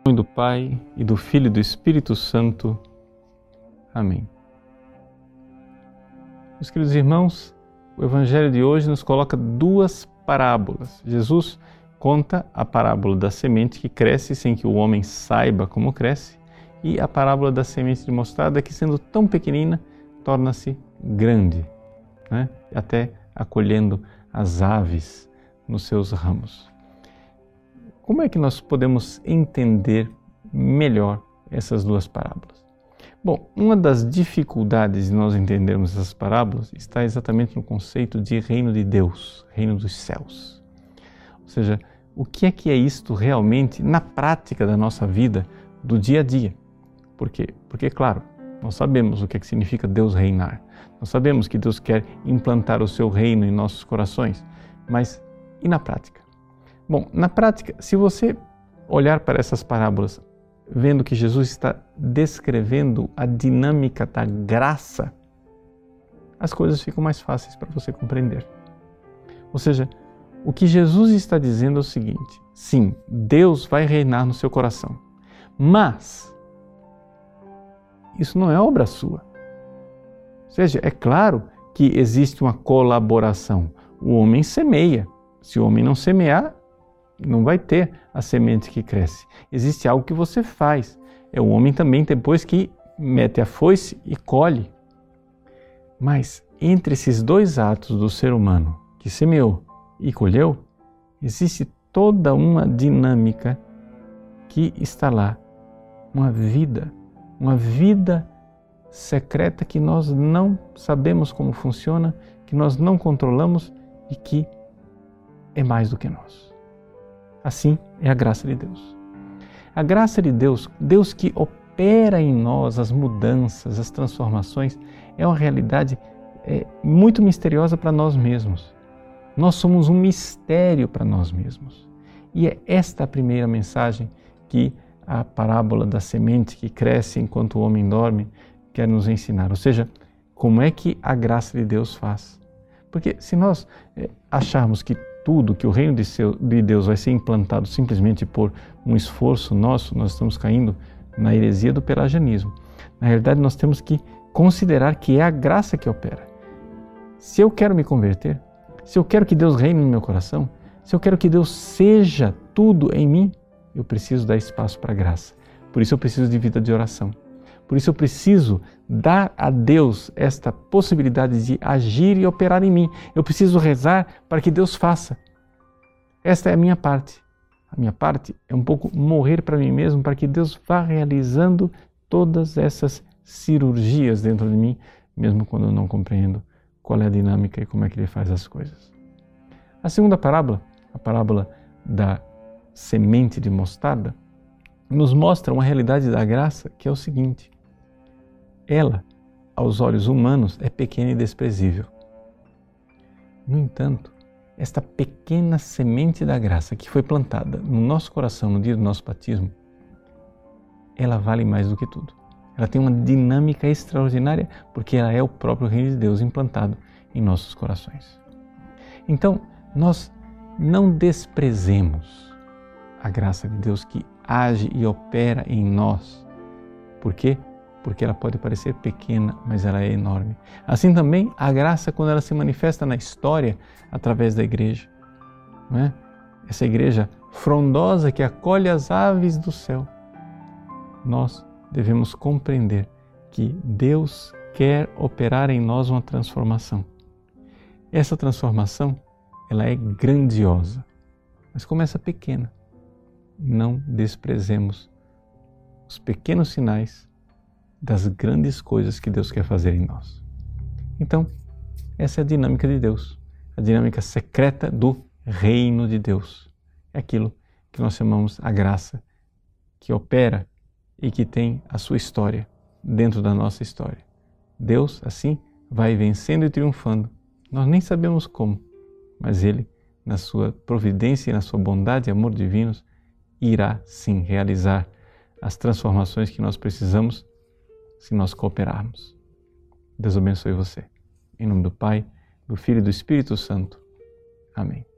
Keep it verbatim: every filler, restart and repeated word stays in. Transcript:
Em nome do Pai, e do Filho e do Espírito Santo. Amém. Meus queridos irmãos, o Evangelho de hoje nos coloca duas parábolas. Jesus conta a parábola da semente que cresce sem que o homem saiba como cresce, e a parábola da semente de mostarda que, sendo tão pequenina, torna-se grande, né? Até acolhendo as aves nos seus ramos. Como é que nós podemos entender melhor essas duas parábolas? Bom, uma das dificuldades de nós entendermos essas parábolas está exatamente no conceito de reino de Deus, reino dos céus. Ou seja, o que é que é isto realmente na prática da nossa vida, do dia a dia? Por quê? Porque, claro, nós sabemos o que é que significa Deus reinar. Nós sabemos que Deus quer implantar o seu reino em nossos corações, mas e na prática? Bom, na prática, se você olhar para essas parábolas, vendo que Jesus está descrevendo a dinâmica da graça, as coisas ficam mais fáceis para você compreender. Ou seja, o que Jesus está dizendo é o seguinte: sim, Deus vai reinar no seu coração, mas isso não é obra sua. Ou seja, é claro que existe uma colaboração. O homem semeia. Se o homem não semear, não vai ter a semente que cresce. Existe algo que você faz. É o homem também depois que mete a foice e colhe. Mas entre esses dois atos do ser humano, que semeou e colheu, existe toda uma dinâmica que está lá. Uma vida, uma vida secreta que nós não sabemos como funciona, que nós não controlamos e que é mais do que nós. Assim é a graça de Deus. A graça de Deus, Deus que opera em nós as mudanças, as transformações, é uma realidade é, muito misteriosa para nós mesmos. Nós somos um mistério para nós mesmos. E é esta a primeira mensagem que a parábola da semente que cresce enquanto o homem dorme quer nos ensinar. Ou seja, como é que a graça de Deus faz? Porque se nós é, acharmos que tudo, que o reino de, seu, de Deus vai ser implantado simplesmente por um esforço nosso, nós estamos caindo na heresia do pelagianismo. Na realidade, nós temos que considerar que é a graça que opera. Se eu quero me converter, se eu quero que Deus reine no meu coração, se eu quero que Deus seja tudo em mim, eu preciso dar espaço para a graça. Por isso eu preciso de vida de oração. Por isso eu preciso dar a Deus esta possibilidade de agir e operar em mim. Eu preciso rezar para que Deus faça. Esta é a minha parte. A minha parte é um pouco morrer para mim mesmo, para que Deus vá realizando todas essas cirurgias dentro de mim, mesmo quando eu não compreendo qual é a dinâmica e como é que Ele faz as coisas. A segunda parábola, a parábola da semente de mostarda, nos mostra uma realidade da graça que é o seguinte: ela, aos olhos humanos, é pequena e desprezível. No entanto, esta pequena semente da graça que foi plantada no nosso coração no dia do nosso batismo, ela vale mais do que tudo. Ela tem uma dinâmica extraordinária porque ela é o próprio reino de Deus implantado em nossos corações. Então, nós não desprezemos a graça de Deus que age e opera em nós. Por quê? Porque ela pode parecer pequena, mas ela é enorme. Assim também a graça, quando ela se manifesta na história através da igreja, não é? Essa igreja frondosa que acolhe as aves do céu. Nós devemos compreender que Deus quer operar em nós uma transformação. Essa transformação, ela é grandiosa, mas começa pequena. Não desprezemos os pequenos sinais das grandes coisas que Deus quer fazer em nós. Então, essa é a dinâmica de Deus, a dinâmica secreta do reino de Deus. É aquilo que nós chamamos a graça, que opera e que tem a sua história dentro da nossa história. Deus, assim, vai vencendo e triunfando. Nós nem sabemos como, mas Ele, na sua providência e na sua bondade e amor divinos, irá sim realizar as transformações que nós precisamos se nós cooperarmos. Deus abençoe você. Em nome do Pai, do Filho e do Espírito Santo. Amém.